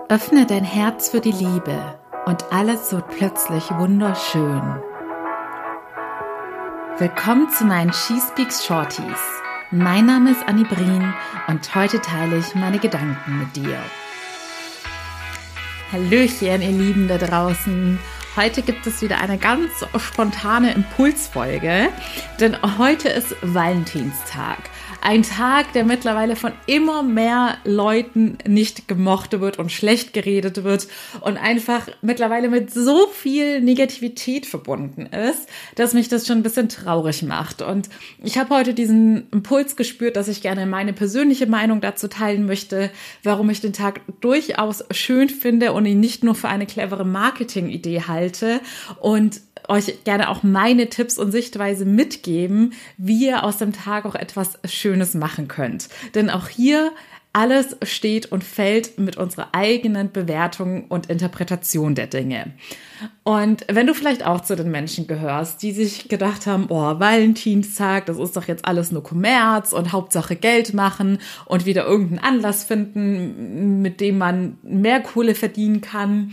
Öffne dein Herz für die Liebe und alles wird plötzlich wunderschön. Willkommen zu meinen She Speaks Shorties. Mein Name ist Annie Brien und heute teile ich meine Gedanken mit dir. Hallöchen, ihr Lieben da draußen. Heute gibt es wieder eine ganz spontane Impulsfolge, denn heute ist Valentinstag. Ein Tag, der mittlerweile von immer mehr Leuten nicht gemocht wird und schlecht geredet wird und einfach mittlerweile mit so viel Negativität verbunden ist, dass mich das schon ein bisschen traurig macht. Und ich habe heute diesen Impuls gespürt, dass ich gerne meine persönliche Meinung dazu teilen möchte, warum ich den Tag durchaus schön finde und ihn nicht nur für eine clevere Marketing-Idee halte und euch gerne auch meine Tipps und Sichtweise mitgeben, wie ihr aus dem Tag auch etwas Schönes machen könnt. Denn auch hier alles steht und fällt mit unserer eigenen Bewertung und Interpretation der Dinge. Und wenn du vielleicht auch zu den Menschen gehörst, die sich gedacht haben, oh, Valentinstag, das ist doch jetzt alles nur Kommerz und Hauptsache Geld machen und wieder irgendeinen Anlass finden, mit dem man mehr Kohle verdienen kann.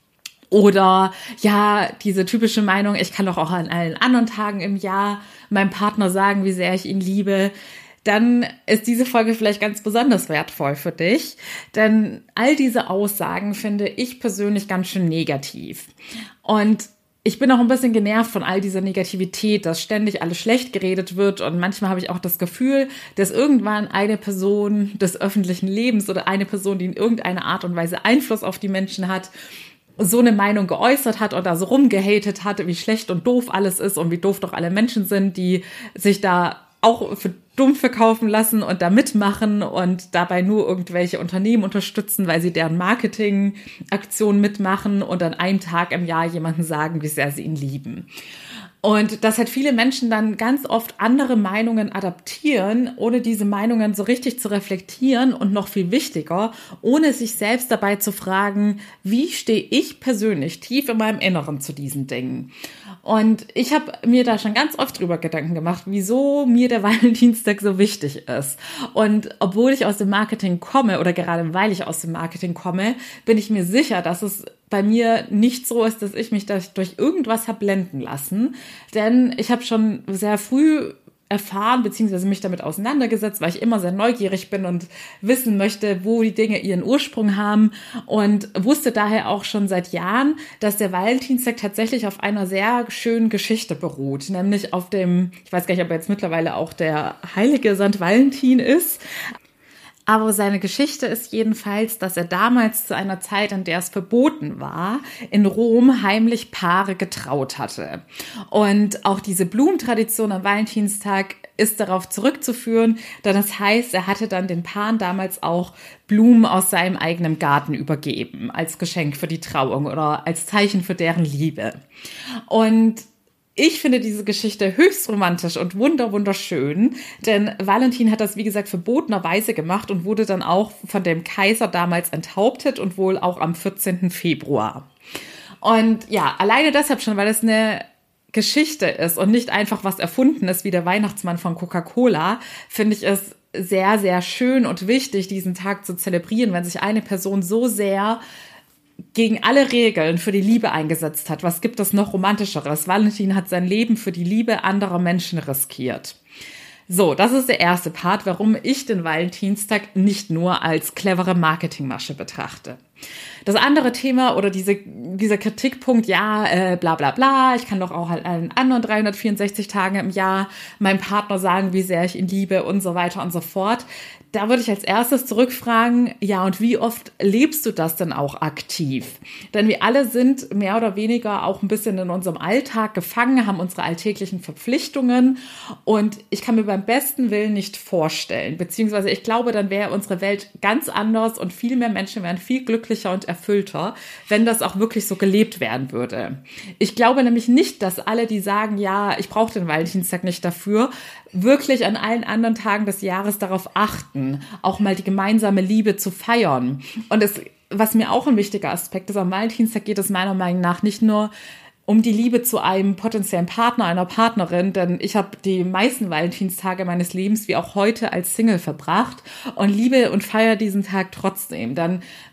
Oder ja, diese typische Meinung, ich kann doch auch an allen anderen Tagen im Jahr meinem Partner sagen, wie sehr ich ihn liebe, dann ist diese Folge vielleicht ganz besonders wertvoll für dich. Denn all diese Aussagen finde ich persönlich ganz schön negativ. Und ich bin auch ein bisschen genervt von all dieser Negativität, dass ständig alles schlecht geredet wird. Und manchmal habe ich auch das Gefühl, dass irgendwann eine Person des öffentlichen Lebens oder eine Person, die in irgendeiner Art und Weise Einfluss auf die Menschen hat, so eine Meinung geäußert hat oder so rumgehatet hat, wie schlecht und doof alles ist und wie doof doch alle Menschen sind, die sich da auch für dumm verkaufen lassen und da mitmachen und dabei nur irgendwelche Unternehmen unterstützen, weil sie deren Marketingaktionen mitmachen und an einem Tag im Jahr jemanden sagen, wie sehr sie ihn lieben. Und dass halt viele Menschen dann ganz oft andere Meinungen adaptieren, ohne diese Meinungen so richtig zu reflektieren und noch viel wichtiger, ohne sich selbst dabei zu fragen, wie stehe ich persönlich tief in meinem Inneren zu diesen Dingen. Und ich habe mir da schon ganz oft drüber Gedanken gemacht, wieso mir der Valentinstag so wichtig ist. Und obwohl ich aus dem Marketing komme oder gerade weil ich aus dem Marketing komme, bin ich mir sicher, dass es bei mir nicht so ist, dass ich mich durch irgendwas habe blenden lassen. Denn ich habe schon sehr früh erfahren bzw. mich damit auseinandergesetzt, weil ich immer sehr neugierig bin und wissen möchte, wo die Dinge ihren Ursprung haben und wusste daher auch schon seit Jahren, dass der Valentinstag tatsächlich auf einer sehr schönen Geschichte beruht, nämlich auf dem, ich weiß gar nicht, ob er jetzt mittlerweile auch der heilige Sankt Valentin ist, aber seine Geschichte ist jedenfalls, dass er damals zu einer Zeit, in der es verboten war, in Rom heimlich Paare getraut hatte. Und auch diese Blumentradition am Valentinstag ist darauf zurückzuführen, denn das heißt, er hatte dann den Paaren damals auch Blumen aus seinem eigenen Garten übergeben, als Geschenk für die Trauung oder als Zeichen für deren Liebe. Und ich finde diese Geschichte höchst romantisch und wunderschön, denn Valentin hat das, wie gesagt, verbotenerweise gemacht und wurde dann auch von dem Kaiser damals enthauptet und wohl auch am 14. Februar. Und ja, alleine deshalb schon, weil es eine Geschichte ist und nicht einfach was Erfundenes wie der Weihnachtsmann von Coca-Cola, finde ich es sehr, sehr schön und wichtig, diesen Tag zu zelebrieren, wenn sich eine Person so sehr gegen alle Regeln für die Liebe eingesetzt hat. Was gibt es noch Romantischeres? Valentin hat sein Leben für die Liebe anderer Menschen riskiert. So, das ist der erste Part, warum ich den Valentinstag nicht nur als clevere Marketingmasche betrachte. Das andere Thema oder dieser Kritikpunkt, ja, bla bla bla, ich kann doch auch an allen anderen 364 Tagen im Jahr meinem Partner sagen, wie sehr ich ihn liebe und so weiter und so fort. Da würde ich als erstes zurückfragen, ja, und wie oft lebst du das denn auch aktiv? Denn wir alle sind mehr oder weniger auch ein bisschen in unserem Alltag gefangen, haben unsere alltäglichen Verpflichtungen und ich kann mir beim besten Willen nicht vorstellen, beziehungsweise ich glaube, dann wäre unsere Welt ganz anders und viel mehr Menschen wären viel glücklicher und erfüllter, wenn das auch wirklich so gelebt werden würde. Ich glaube nämlich nicht, dass alle, die sagen, ja, ich brauche den Valentinstag nicht dafür, wirklich an allen anderen Tagen des Jahres darauf achten, auch mal die gemeinsame Liebe zu feiern. Und was mir auch ein wichtiger Aspekt ist, am Valentinstag geht es meiner Meinung nach nicht nur um die Liebe zu einem potenziellen Partner, einer Partnerin, denn ich habe die meisten Valentinstage meines Lebens wie auch heute als Single verbracht und liebe und feiere diesen Tag trotzdem, denn man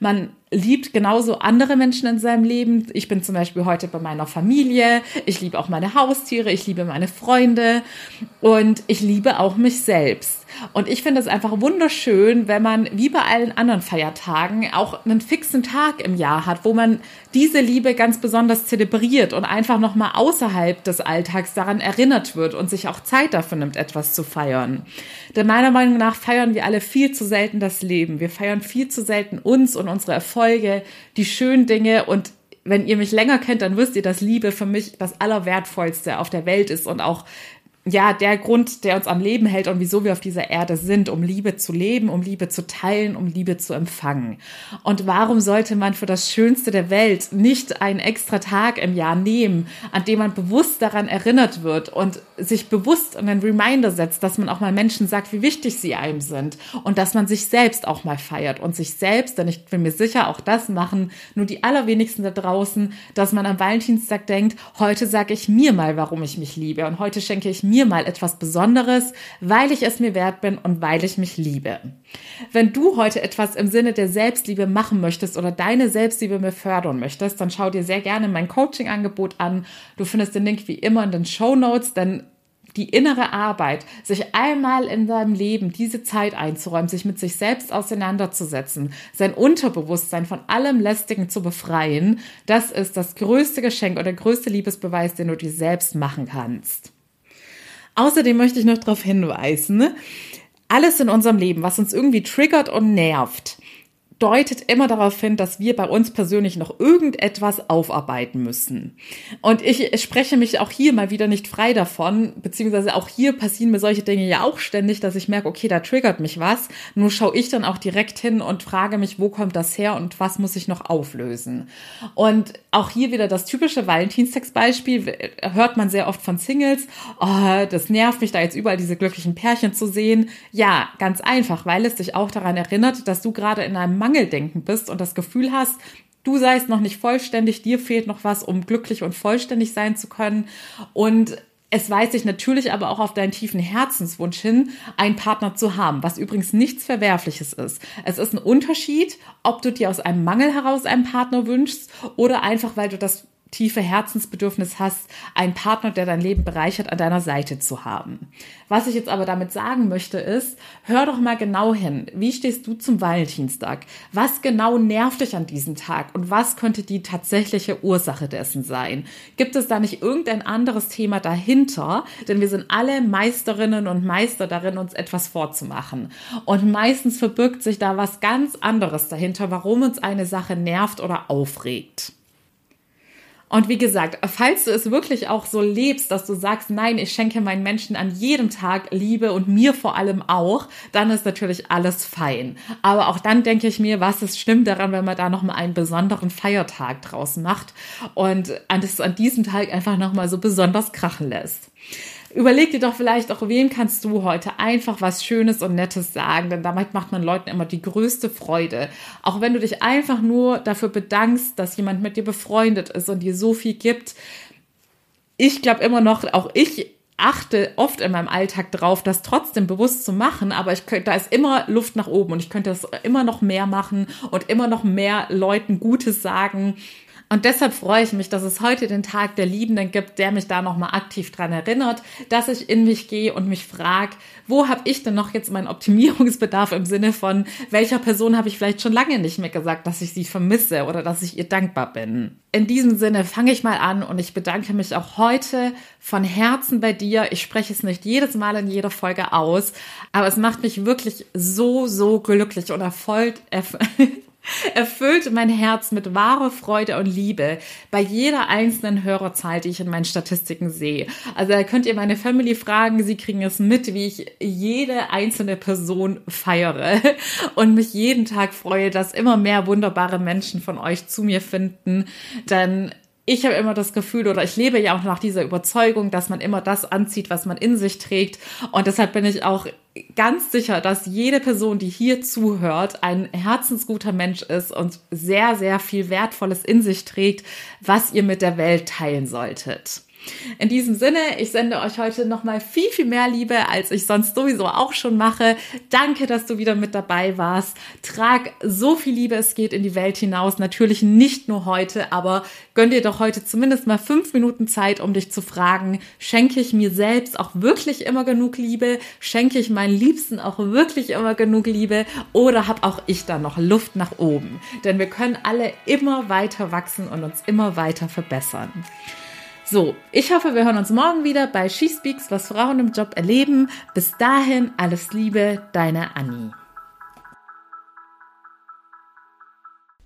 liebt genauso andere Menschen in seinem Leben. Ich bin zum Beispiel heute bei meiner Familie. Ich liebe auch meine Haustiere. Ich liebe meine Freunde. Und ich liebe auch mich selbst. Und ich finde es einfach wunderschön, wenn man wie bei allen anderen Feiertagen auch einen fixen Tag im Jahr hat, wo man diese Liebe ganz besonders zelebriert und einfach nochmal außerhalb des Alltags daran erinnert wird und sich auch Zeit dafür nimmt, etwas zu feiern. Denn meiner Meinung nach feiern wir alle viel zu selten das Leben. Wir feiern viel zu selten uns und unsere Erfolge, die schönen Dinge. Und wenn ihr mich länger kennt, dann wisst ihr, dass Liebe für mich das Allerwertvollste auf der Welt ist und auch der Grund, der uns am Leben hält und wieso wir auf dieser Erde sind, um Liebe zu leben, um Liebe zu teilen, um Liebe zu empfangen. Und warum sollte man für das Schönste der Welt nicht einen extra Tag im Jahr nehmen, an dem man bewusst daran erinnert wird und sich bewusst einen Reminder setzt, dass man auch mal Menschen sagt, wie wichtig sie einem sind und dass man sich selbst auch mal feiert und sich selbst, denn ich bin mir sicher, auch das machen nur die allerwenigsten da draußen, dass man am Valentinstag denkt, heute sage ich mir mal, warum ich mich liebe und heute schenke ich mir mal etwas Besonderes, weil ich es mir wert bin und weil ich mich liebe. Wenn du heute etwas im Sinne der Selbstliebe machen möchtest oder deine Selbstliebe mehr fördern möchtest, dann schau dir sehr gerne mein Coaching-Angebot an. Du findest den Link wie immer in den Shownotes, denn die innere Arbeit, sich einmal in seinem Leben diese Zeit einzuräumen, sich mit sich selbst auseinanderzusetzen, sein Unterbewusstsein von allem Lästigen zu befreien, das ist das größte Geschenk oder der größte Liebesbeweis, den du dir selbst machen kannst. Außerdem möchte ich noch darauf hinweisen, alles in unserem Leben, was uns irgendwie triggert und nervt, deutet immer darauf hin, dass wir bei uns persönlich noch irgendetwas aufarbeiten müssen. Und ich spreche mich auch hier mal wieder nicht frei davon, beziehungsweise auch hier passieren mir solche Dinge ja auch ständig, dass ich merke, okay, da triggert mich was. Nur schaue ich dann auch direkt hin und frage mich, wo kommt das her und was muss ich noch auflösen? Und auch hier wieder das typische Valentinstagsbeispiel, hört man sehr oft von Singles, oh, das nervt mich da jetzt überall diese glücklichen Pärchen zu sehen. Ja, ganz einfach, weil es dich auch daran erinnert, dass du gerade in einem Mangeldenken bist und das Gefühl hast, du seist noch nicht vollständig, dir fehlt noch was, um glücklich und vollständig sein zu können. Und es weist sich natürlich aber auch auf deinen tiefen Herzenswunsch hin, einen Partner zu haben, was übrigens nichts Verwerfliches ist. Es ist ein Unterschied, ob du dir aus einem Mangel heraus einen Partner wünschst oder einfach, weil du das tiefe Herzensbedürfnis hast, einen Partner, der dein Leben bereichert, an deiner Seite zu haben. Was ich jetzt aber damit sagen möchte ist, hör doch mal genau hin. Wie stehst du zum Valentinstag? Was genau nervt dich an diesem Tag? Und was könnte die tatsächliche Ursache dessen sein? Gibt es da nicht irgendein anderes Thema dahinter? Denn wir sind alle Meisterinnen und Meister darin, uns etwas vorzumachen. Und meistens verbirgt sich da was ganz anderes dahinter, warum uns eine Sache nervt oder aufregt. Und wie gesagt, falls du es wirklich auch so lebst, dass du sagst, nein, ich schenke meinen Menschen an jedem Tag Liebe und mir vor allem auch, dann ist natürlich alles fein. Aber auch dann denke ich mir, was ist schlimm daran, wenn man da nochmal einen besonderen Feiertag draus macht und es an diesem Tag einfach nochmal so besonders krachen lässt. Überleg dir doch vielleicht auch, wem kannst du heute einfach was Schönes und Nettes sagen, denn damit macht man Leuten immer die größte Freude. Auch wenn du dich einfach nur dafür bedankst, dass jemand mit dir befreundet ist und dir so viel gibt. Ich glaube immer noch, auch ich achte oft in meinem Alltag drauf, das trotzdem bewusst zu machen, aber da ist immer Luft nach oben und ich könnte das immer noch mehr machen und immer noch mehr Leuten Gutes sagen. Und deshalb freue ich mich, dass es heute den Tag der Liebenden gibt, der mich da nochmal aktiv dran erinnert, dass ich in mich gehe und mich frage, wo habe ich denn noch jetzt meinen Optimierungsbedarf im Sinne von, welcher Person habe ich vielleicht schon lange nicht mehr gesagt, dass ich sie vermisse oder dass ich ihr dankbar bin. In diesem Sinne fange ich mal an und ich bedanke mich auch heute von Herzen bei dir. Ich spreche es nicht jedes Mal in jeder Folge aus, aber es macht mich wirklich so, so glücklich und erfüllt mein Herz mit wahrer Freude und Liebe bei jeder einzelnen Hörerzahl, die ich in meinen Statistiken sehe. Also da könnt ihr meine Family fragen, sie kriegen es mit, wie ich jede einzelne Person feiere und mich jeden Tag freue, dass immer mehr wunderbare Menschen von euch zu mir finden, denn ich habe immer das Gefühl, oder ich lebe ja auch nach dieser Überzeugung, dass man immer das anzieht, was man in sich trägt. Und deshalb bin ich auch ganz sicher, dass jede Person, die hier zuhört, ein herzensguter Mensch ist und sehr, sehr viel Wertvolles in sich trägt, was ihr mit der Welt teilen solltet. In diesem Sinne, ich sende euch heute nochmal viel, viel mehr Liebe, als ich sonst sowieso auch schon mache. Danke, dass du wieder mit dabei warst. Trag so viel Liebe es geht in die Welt hinaus. Natürlich nicht nur heute, aber gönn dir doch heute zumindest mal 5 Minuten Zeit, um dich zu fragen, schenke ich mir selbst auch wirklich immer genug Liebe? Schenke ich meinen Liebsten auch wirklich immer genug Liebe? Oder habe auch ich da noch Luft nach oben? Denn wir können alle immer weiter wachsen und uns immer weiter verbessern. So, ich hoffe, wir hören uns morgen wieder bei She Speaks, was Frauen im Job erleben. Bis dahin, alles Liebe, deine Anni.